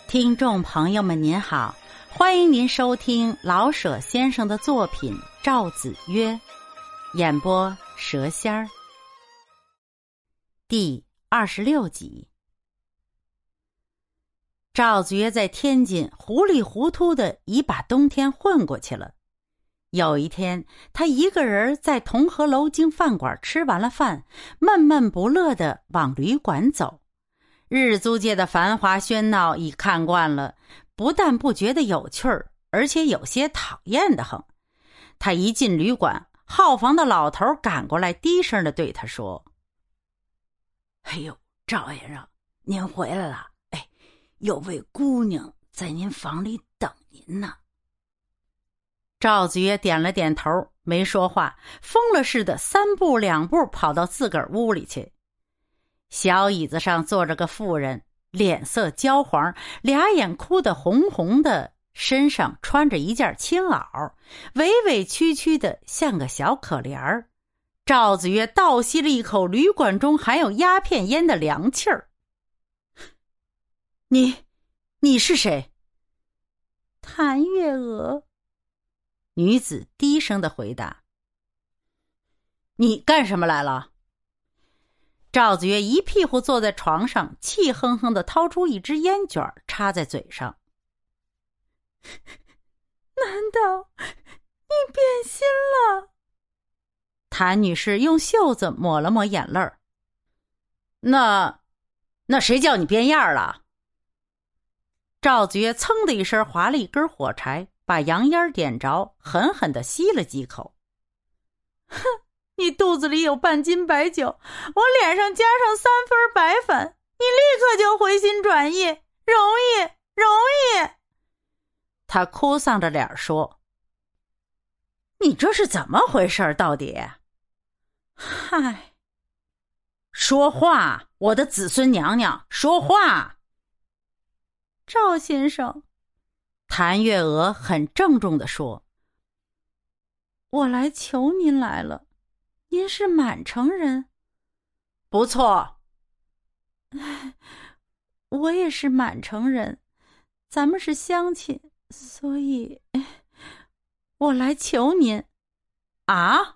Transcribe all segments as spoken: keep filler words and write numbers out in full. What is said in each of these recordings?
听众朋友们您好，欢迎您收听老舍先生的作品《赵子曰》，演播蛇仙儿。第二十六集。赵子曰在天津糊里糊涂的已把冬天混过去了。有一天，他一个人在同和楼经饭馆吃完了饭，闷闷不乐地往旅馆走。日租界的繁华喧闹已看惯了，不但不觉得有趣儿，而且有些讨厌得很。他一进旅馆，号房的老头赶过来低声地对他说： 哎呦，赵先生，您回来了。哎，有位姑娘在您房里等您呢。 赵子曰点了点头，没说话，疯了似的三步两步跑到自个儿屋里去。小椅子上坐着个妇人，脸色焦黄，俩眼哭得红红的，身上穿着一件青袄，委委屈屈的像个小可怜儿。赵子曰倒吸了一口旅馆中含有鸦片烟的凉气儿。你你是谁？ 谭月娥。 女子低声的回答。你干什么来了？赵子曰一屁股坐在床上，气哼哼地掏出一支烟卷插在嘴上。 难道你变心了？ 谭女士用袖子抹了抹眼泪儿。那那谁叫你变样了？赵子曰噌的一声划了一根火柴，把洋烟点着，狠狠地吸了几口。 哼，你肚子里有半斤白酒，我脸上加上三分白粉，你立刻就回心转意，容易容易。 他哭丧着脸说：你这是怎么回事到底？ 嗨， 说话，我的子孙娘娘，说话。 赵先生， 谭月娥很郑重地说： 我来求您来了。您是满城人？ 不错。 我也是满城人，咱们是乡亲，所以我来求您。 啊？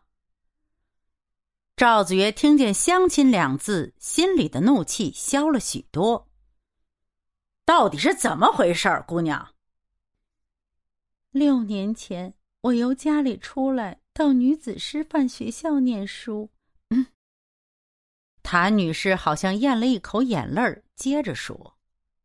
赵子曰听见乡亲两字，心里的怒气消了许多。到底是怎么回事，姑娘？ 六年前，我由家里出来，到女子师范学校念书。 嗯，谭女士好像咽了一口眼泪，接着说：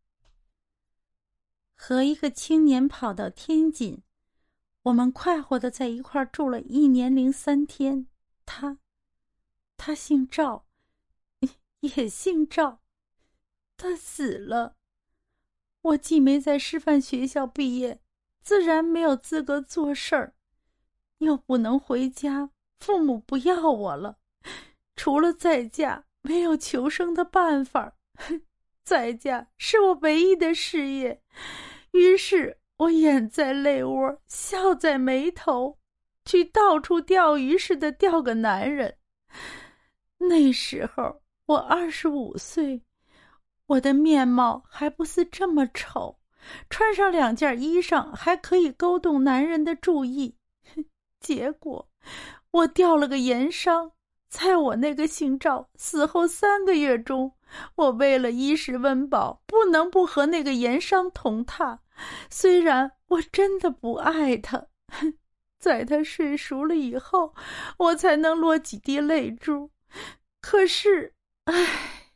和一个青年跑到天津，我们快活地在一块住了一年零三天。他他姓赵，也姓赵，他死了。我既没在师范学校毕业，自然没有资格做事儿，又不能回家，父母不要我了，除了再嫁，没有求生的办法。再嫁是我唯一的事业，于是我眼在泪窝，笑在眉头，去到处钓鱼似的钓个男人。那时候我二十五岁，我的面貌还不是这么丑，穿上两件衣裳还可以勾动男人的注意。结果我钓了个盐商，在我那个姓赵死后三个月中，我为了衣食温饱，不能不和那个盐商同榻。虽然我真的不爱他，在他睡熟了以后，我才能落几滴泪珠。可是，唉，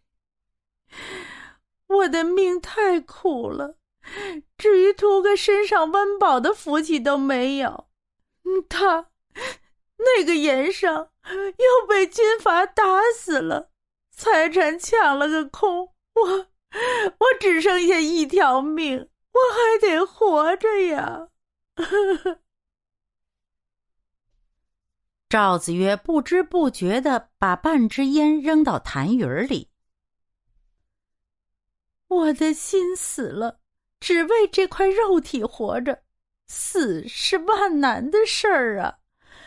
我的命太苦了，至于图个身上温饱的福气都没有。他那个盐商又被军阀打死了，财产抢了个空，我我只剩下一条命，我还得活着呀。 赵子曰不知不觉地把半支烟扔到痰盂里。 我的心死了，只为这块肉体活着，死是万难的事儿啊。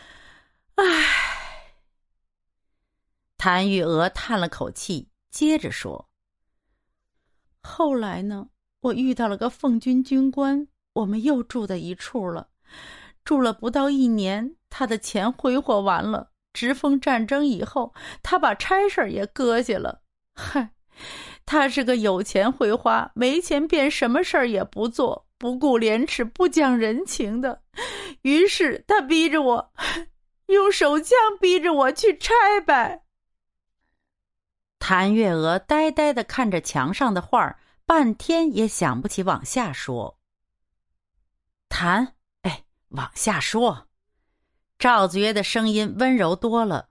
唉。 谭玉娥叹了口气，接着说：后来呢， 我遇到了个奉军军官，我们又住在一处了。住了不到一年，他的钱挥霍完了，直封战争以后，他把差事也搁下了。嗨，他是个有钱会花，没钱便什么事儿也不做，不顾廉耻，不讲人情的。于是他逼着我，用手枪逼着我去差呗。 谭月娥呆呆地看着墙上的画，半天也想不起往下说。谭，哎，往下说。赵子曰的声音温柔多了。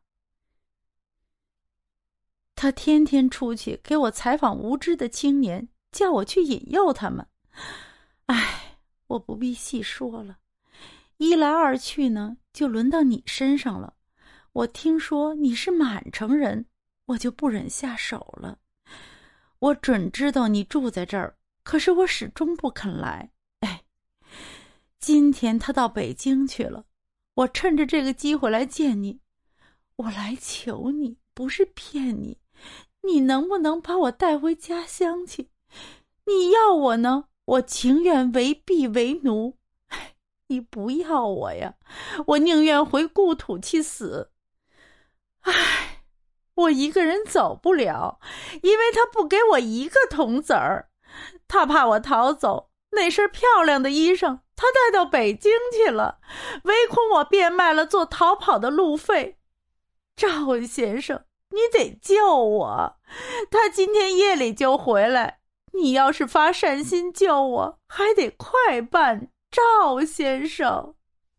他天天出去给我采访无知的青年，叫我去引诱他们。唉，我不必细说了。一来二去呢，就轮到你身上了。我听说你是满城人，我就不忍下手了。我准知道你住在这儿，可是我始终不肯来。哎，今天他到北京去了，我趁着这个机会来见你。我来求你，不是骗你，你能不能把我带回家乡去？你要我呢，我情愿为婢为奴。你不要我呀，我宁愿回故土去死。唉，我一个人走不了，因为他不给我一个铜子儿。他怕我逃走，那身漂亮的衣裳他带到北京去了，唯恐我变卖了做逃跑的路费。赵先生，你得救我，他今天夜里就回来，你要是发善心救我，还得快办，赵先生。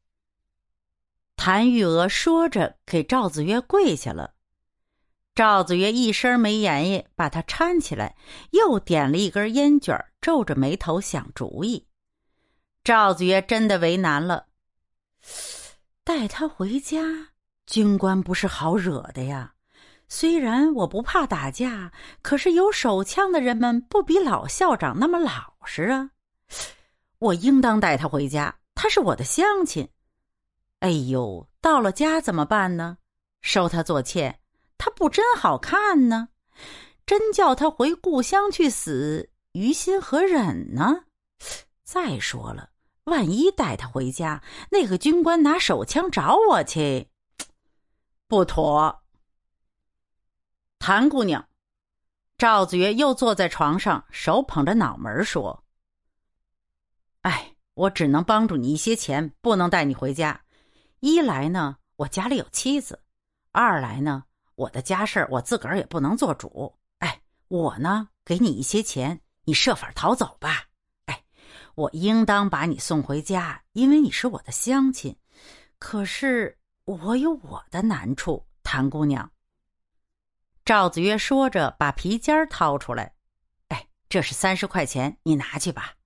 谭玉娥说着给赵子曰跪下了。赵子曰一声没言语，把他搀起来，又点了一根烟卷，皱着眉头想主意。赵子曰真的为难了， 带他回家，军官不是好惹的呀。虽然我不怕打架，可是有手枪的人们不比老校长那么老实啊。 我应当带他回家，他是我的乡亲。哎呦，到了家怎么办呢？收他做妾，他不真好看呢。真叫他回故乡去死，于心何忍呢？再说了，万一带他回家，那个军官拿手枪找我去，不妥。谭姑娘，赵子曰又坐在床上，手捧着脑门说：哎，我只能帮助你一些钱，不能带你回家。一来呢，我家里有妻子；二来呢，我的家事我自个儿也不能做主。哎，我呢，给你一些钱，你设法逃走吧。哎，我应当把你送回家，因为你是我的乡亲。可是我有我的难处，谭姑娘。赵子曰说着，把皮夹掏出来。哎，这是三十块钱，你拿去吧。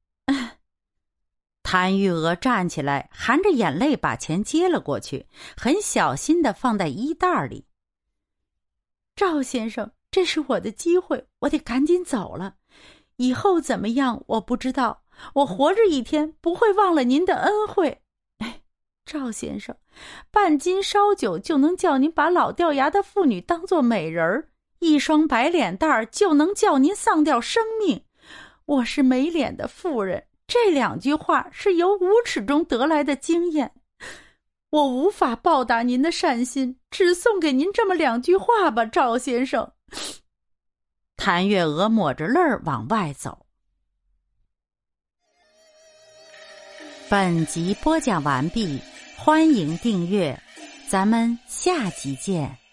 谭玉娥站起来，含着眼泪把钱接了过去，很小心地放在衣袋里。 赵先生，这是我的机会，我得赶紧走了。以后怎么样我不知道，我活着一天不会忘了您的恩惠。哎，赵先生，半斤烧酒就能叫您把老掉牙的妇女当作美人儿，一双白脸蛋儿就能叫您丧掉生命。我是没脸的妇人，这两句话是由无耻中得来的经验。我无法报答您的善心，只送给您这么两句话吧，赵先生。 谭月娥抹着泪儿往外走。本集播讲完毕，欢迎订阅，咱们下集见。